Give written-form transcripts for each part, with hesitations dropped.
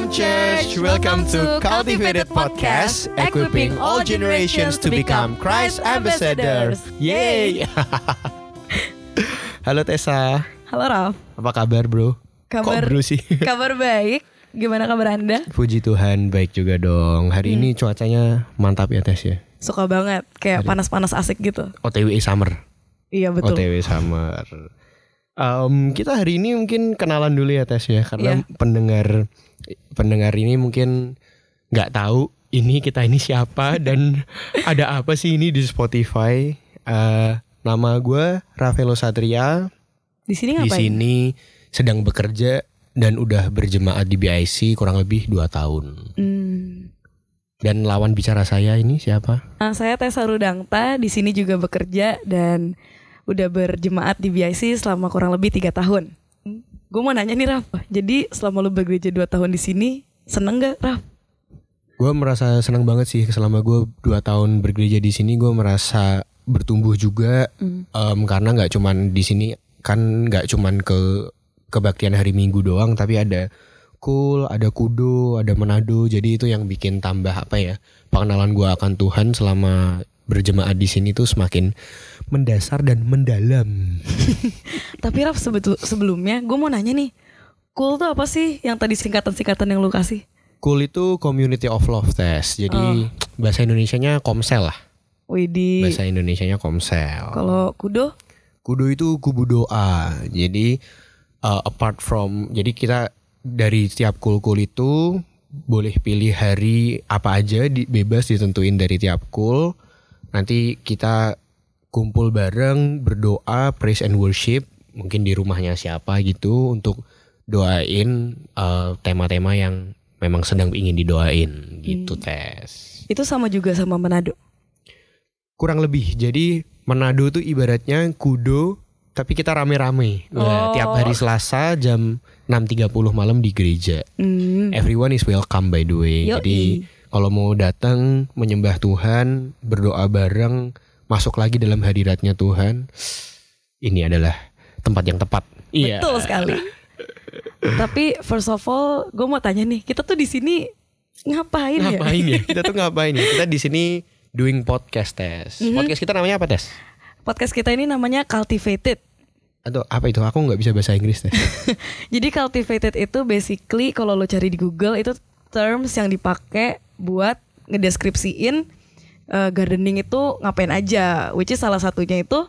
Welcome Church, welcome to Cultivated Podcast, equipping all generations to become Christ ambassadors. Yay! Halo Tessa. Halo Raf. Apa kabar bro? Kabar, kok bro sih? Kabar baik. Gimana kabar Anda? Puji Tuhan baik juga dong. Hari ini cuacanya mantap ya Tess ya. Suka banget, kayak panas-panas asik gitu. OTW summer. Iya betul. OTW summer. Kita hari ini mungkin kenalan dulu ya Tess ya, karena pendengar ini mungkin nggak tahu kita ini siapa dan ada apa sih ini di Spotify. Nama gue Ravelo Satria. Di sini ngapain? Di sini sedang bekerja dan udah berjemaat di BIC kurang lebih 2 tahun. Dan lawan bicara saya ini siapa? Saya Tessa Rudangta, di sini juga bekerja dan udah berjemaat di BIC selama kurang lebih 3 tahun. Gue mau nanya nih Raf, jadi selama lu bekerja 2 tahun di sini, seneng gak Raf? Gue merasa senang banget sih selama gue 2 tahun bergereja di sini. Gue merasa bertumbuh juga karena nggak cuman di sini kan nggak cuman kebaktian hari Minggu doang, tapi ada Kul, ada Kudo, ada Manado. Jadi itu yang bikin tambah pengenalan gue akan Tuhan selama berjemaat di sini tuh semakin mendasar dan mendalam. Tapi Raf, sebelumnya gue mau nanya nih, Kul tuh apa sih yang tadi singkatan-singkatan yang lu kasih? Kul itu Community of Love Test. Jadi bahasa Indonesianya Komsel lah. Widih. Bahasa Indonesianya Komsel. Kalau Kudo? Kudo itu kubu doa. Jadi jadi kita dari setiap kul itu boleh pilih hari apa aja, bebas ditentuin dari tiap kul. Nanti kita kumpul bareng, berdoa, praise and worship, mungkin di rumahnya siapa gitu, untuk doain tema-tema yang memang sedang ingin didoain gitu Tes. Itu sama juga sama Manado? Kurang lebih. Jadi Manado tuh ibaratnya Kudo, tapi kita rame-rame. Tiap hari Selasa jam 6.30 malam di gereja. Everyone is welcome by the way. Jadi kalau mau datang menyembah Tuhan, berdoa bareng, masuk lagi dalam hadiratnya Tuhan, ini adalah tempat yang tepat. Betul sekali. Tapi first of all, gue mau tanya nih, kita tuh di sini ngapain ya? Kita tuh ngapain ya? Kita di sini doing podcast Tes. Podcast kita namanya apa Tes? Podcast kita ini namanya Cultivated. Atau apa itu? Aku nggak bisa bahasa Inggris Tes. Jadi Cultivated itu basically kalau lo cari di Google itu terms yang dipakai buat ngedeskripsiin gardening itu ngapain aja, which is salah satunya itu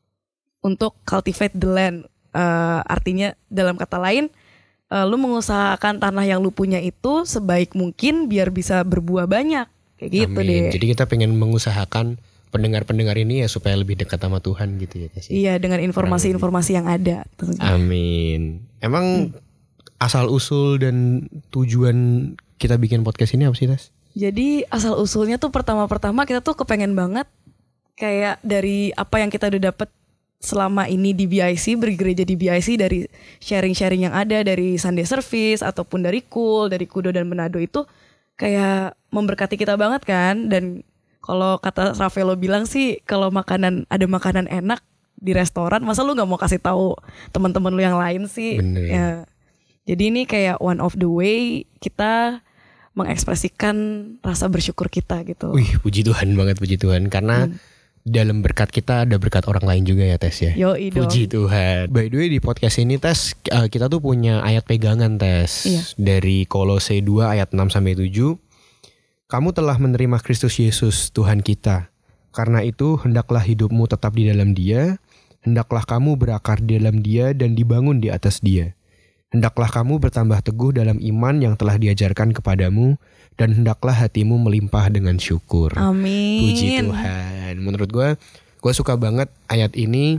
untuk cultivate the land. Artinya dalam kata lain, lu mengusahakan tanah yang lu punya itu sebaik mungkin biar bisa berbuah banyak, kayak gitu. Amin. Deh. Jadi kita pengen mengusahakan pendengar-pendengar ini ya supaya lebih dekat sama Tuhan gitu ya Tess. Iya, dengan informasi-informasi yang ada tentunya. Amin. Emang asal usul dan tujuan kita bikin podcast ini apa sih Tess? Jadi asal usulnya tuh pertama-pertama kita tuh kepengen banget kayak dari apa yang kita udah dapet selama ini di BIC, bergereja di BIC, dari sharing-sharing yang ada dari Sunday Service ataupun dari Kul, dari Kudo dan Manado, itu kayak memberkati kita banget kan. Dan kalau kata Ravelo bilang sih, kalau ada makanan enak di restoran, masa lu nggak mau kasih tahu teman-teman lu yang lain sih? Bener. Ya. Jadi ini kayak one of the way kita mengekspresikan rasa bersyukur kita gitu. Wih, puji Tuhan banget, puji Tuhan. Karena dalam berkat kita ada berkat orang lain juga ya Tess ya. Yoi dong. Puji Tuhan. By the way di podcast ini Tess, kita tuh punya ayat pegangan Tess. Iya. Dari Kolose 2 ayat 6-7. Kamu telah menerima Kristus Yesus Tuhan kita. Karena itu hendaklah hidupmu tetap di dalam Dia. Hendaklah kamu berakar di dalam Dia dan dibangun di atas Dia. Hendaklah kamu bertambah teguh dalam iman yang telah diajarkan kepadamu, dan hendaklah hatimu melimpah dengan syukur. Amin. Puji Tuhan. Menurut gue suka banget ayat ini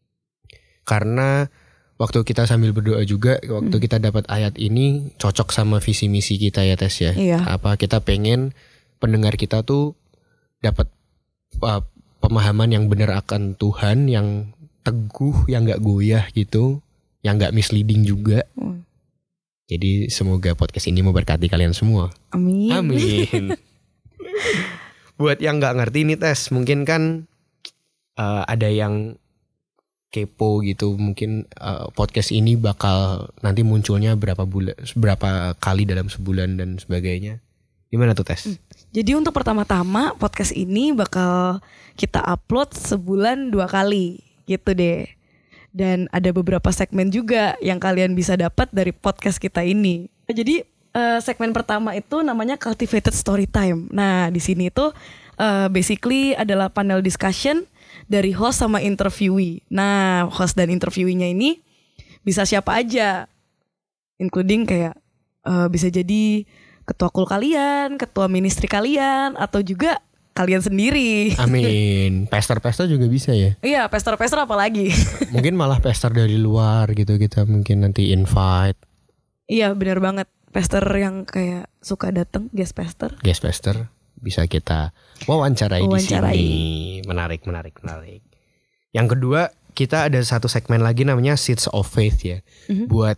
karena waktu kita sambil berdoa juga, waktu kita dapat ayat ini cocok sama visi misi kita ya Tess ya. Iya. Kita pengen pendengar kita tuh dapat pemahaman yang benar akan Tuhan, yang teguh, yang gak goyah gitu, yang gak misleading juga. Jadi semoga podcast ini memberkati kalian semua. Amin. Amin. Buat yang gak ngerti nih Tess, mungkin kan ada yang kepo gitu, mungkin podcast ini bakal nanti munculnya berapa kali dalam sebulan dan sebagainya. Gimana tuh Tes? Jadi untuk pertama-tama podcast ini bakal kita upload sebulan 2 kali gitu deh. Dan ada beberapa segmen juga yang kalian bisa dapat dari podcast kita ini. Jadi segmen pertama itu namanya Cultivated Storytime. Nah di sini tuh basically adalah panel discussion dari host sama interviewee. Nah, host dan interviewee-nya ini bisa siapa aja, including kayak bisa jadi ketua kul kalian, ketua ministry kalian, atau juga kalian sendiri. Amin. Pester-pester juga bisa ya? Iya, pester-pester apalagi. Mungkin malah pester dari luar gitu, kita mungkin nanti invite. Iya, benar banget. Pester yang kayak suka datang, guest pester. Guest pester. Bisa kita wawancarai di sini. Menarik. Yang kedua, kita ada satu segmen lagi namanya Seeds of Faith ya. Buat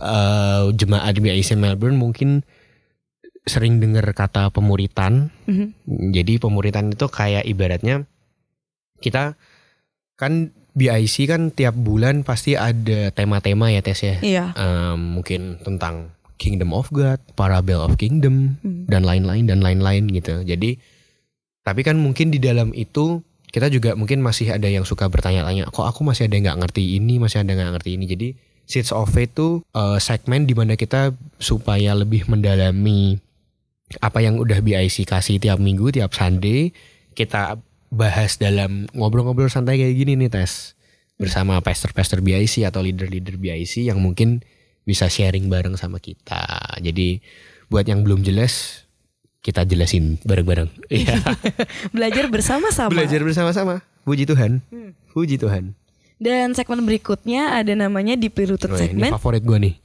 jemaat BIC Melbourne mungkin sering dengar kata pemuritan. Jadi pemuritan itu kayak ibaratnya kita kan BIC kan tiap bulan pasti ada tema-tema ya Tes ya. Iya. Mungkin tentang Kingdom of God, Parable of Kingdom, dan lain-lain gitu. Jadi, tapi kan mungkin di dalam itu kita juga mungkin masih ada yang suka bertanya-tanya, kok aku masih ada yang nggak ngerti ini, masih ada yang nggak ngerti ini. Jadi, Seeds of Faith itu segmen di mana kita supaya lebih mendalami apa yang udah BIC kasih tiap minggu, tiap Sunday, kita bahas dalam ngobrol-ngobrol santai kayak gini nih Tes, bersama pastor-pastor BIC atau leader-leader BIC yang mungkin bisa sharing bareng sama kita. Jadi buat yang belum jelas, kita jelasin bareng-bareng. Iya. Belajar bersama-sama. Puji Tuhan. Puji Tuhan. Dan segmen berikutnya ada namanya Deeply Rooted segmen. Ini favorit gue nih.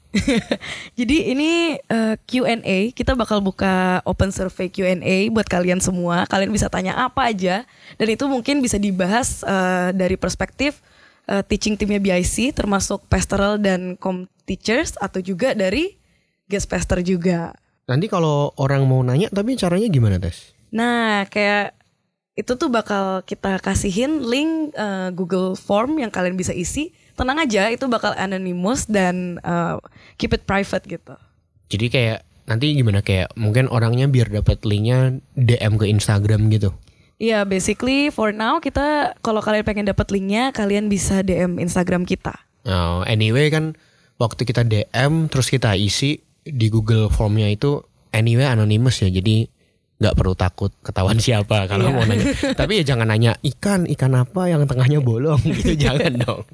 Jadi ini Q&A. Kita bakal buka open survey Q&A buat kalian semua. Kalian bisa tanya apa aja. Dan itu mungkin bisa dibahas dari perspektif teaching timnya BIC, termasuk pastoral dan teachers, atau juga dari guest pastor juga. Nanti kalau orang mau nanya, tapi caranya gimana Tes? Nah kayak itu tuh bakal kita kasihin link Google Form yang kalian bisa isi. Tenang aja, itu bakal anonymous dan keep it private gitu. Jadi kayak nanti gimana, kayak mungkin orangnya biar dapat linknya DM ke Instagram gitu. Iya, basically for now kita kalau kalian pengen dapat linknya, kalian bisa DM Instagram kita. Oh, anyway kan waktu kita DM terus kita isi di Google Formnya itu anyway anonymous ya, jadi nggak perlu takut ketahuan siapa kalau mau nanya. Tapi ya jangan nanya ikan apa yang tengahnya bolong gitu, jangan dong.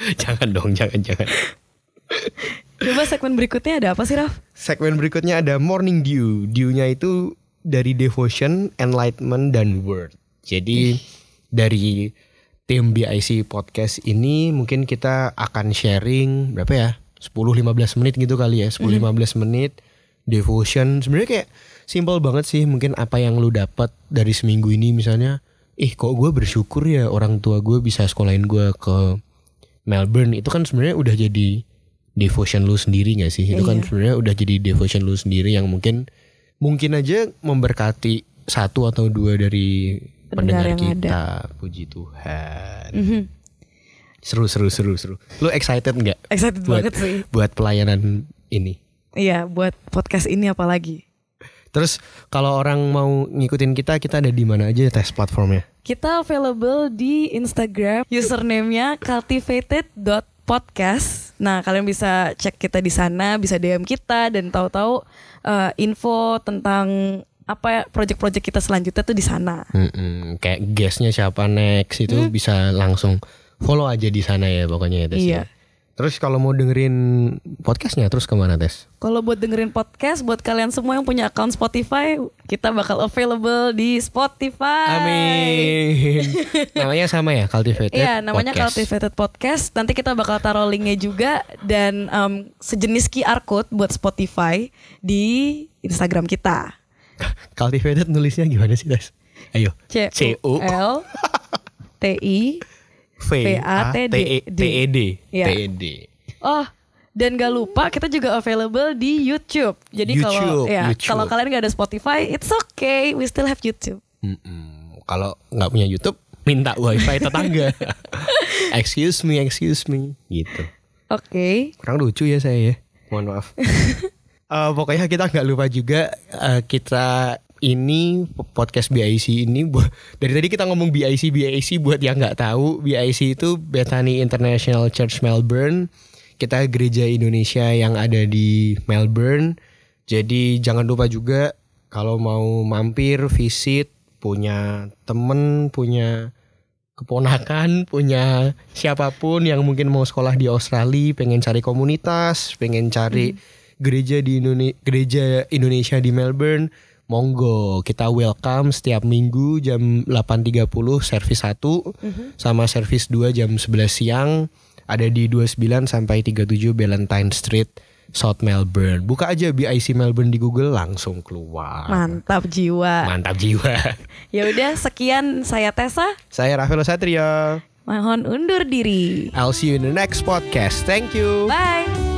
Jangan. Coba segmen berikutnya ada apa sih, Raf? Segmen berikutnya ada Morning Dew. Dew-nya itu dari devotion, enlightenment, dan word. Jadi dari tim BIC podcast ini mungkin kita akan sharing berapa ya? 10-15 menit gitu kali ya. 10-15 menit devotion. Sebenarnya kayak simple banget sih. Mungkin apa yang lu dapat dari seminggu ini, misalnya, kok gue bersyukur ya orang tua gue bisa sekolahin gue ke Melbourne. Itu kan sebenarnya udah jadi devotion lu sendiri gak sih? Itu kan sebenarnya udah jadi devotion lu sendiri yang mungkin aja memberkati 1 atau 2 dari pendengar kita. Ada. Puji Tuhan. Seru. Lu excited gak? Excited banget sih. Buat pelayanan ini. Iya, buat podcast ini apalagi. Terus kalau orang mau ngikutin kita ada di mana aja Tes platformnya? Kita available di Instagram, username-nya cultivated.podcast. Nah, kalian bisa cek kita di sana, bisa DM kita dan tahu-tahu info tentang apa project-project kita selanjutnya tuh di sana. Kayak guestnya siapa next itu bisa langsung follow aja di sana ya pokoknya ya Tes. Iya. Terus kalau mau dengerin podcastnya terus kemana Tes? Kalau buat dengerin podcast buat kalian semua yang punya account Spotify, kita bakal available di Spotify. Amin. Namanya sama ya, Cultivated Podcast. Iya, namanya Cultivated Podcast. Nanti kita bakal taruh linknya juga dan sejenis QR code buat Spotify di Instagram kita. Cultivated nulisnya gimana sih Tes? Ayo. CULTI VATED. Oh, dan gak lupa kita juga available di YouTube. Jadi kalau kalian gak ada Spotify, it's okay, we still have YouTube. Kalau nggak punya YouTube, minta wifi tetangga. excuse me gitu. Oke. Kurang lucu ya saya ya. Mohon maaf. Pokoknya kita nggak lupa juga kita ini podcast BIC ini dari tadi kita ngomong BIC buat yang nggak tahu, BIC itu Bethany International Church Melbourne. Kita gereja Indonesia yang ada di Melbourne. Jadi jangan lupa juga kalau mau mampir visit, punya temen, punya keponakan, punya siapapun yang mungkin mau sekolah di Australia, pengen cari komunitas, pengen cari gereja Indonesia di Melbourne, monggo kita welcome setiap minggu jam 8.30 servis 1 sama servis 2 jam 11 siang, ada di 29 sampai 37 Ballantyne Street, South Melbourne. Buka aja BIC Melbourne di Google langsung keluar. Mantap jiwa. Ya udah, sekian, saya Tessa. Saya Rafael Satrio. Mohon undur diri. I'll see you in the next podcast. Thank you. Bye.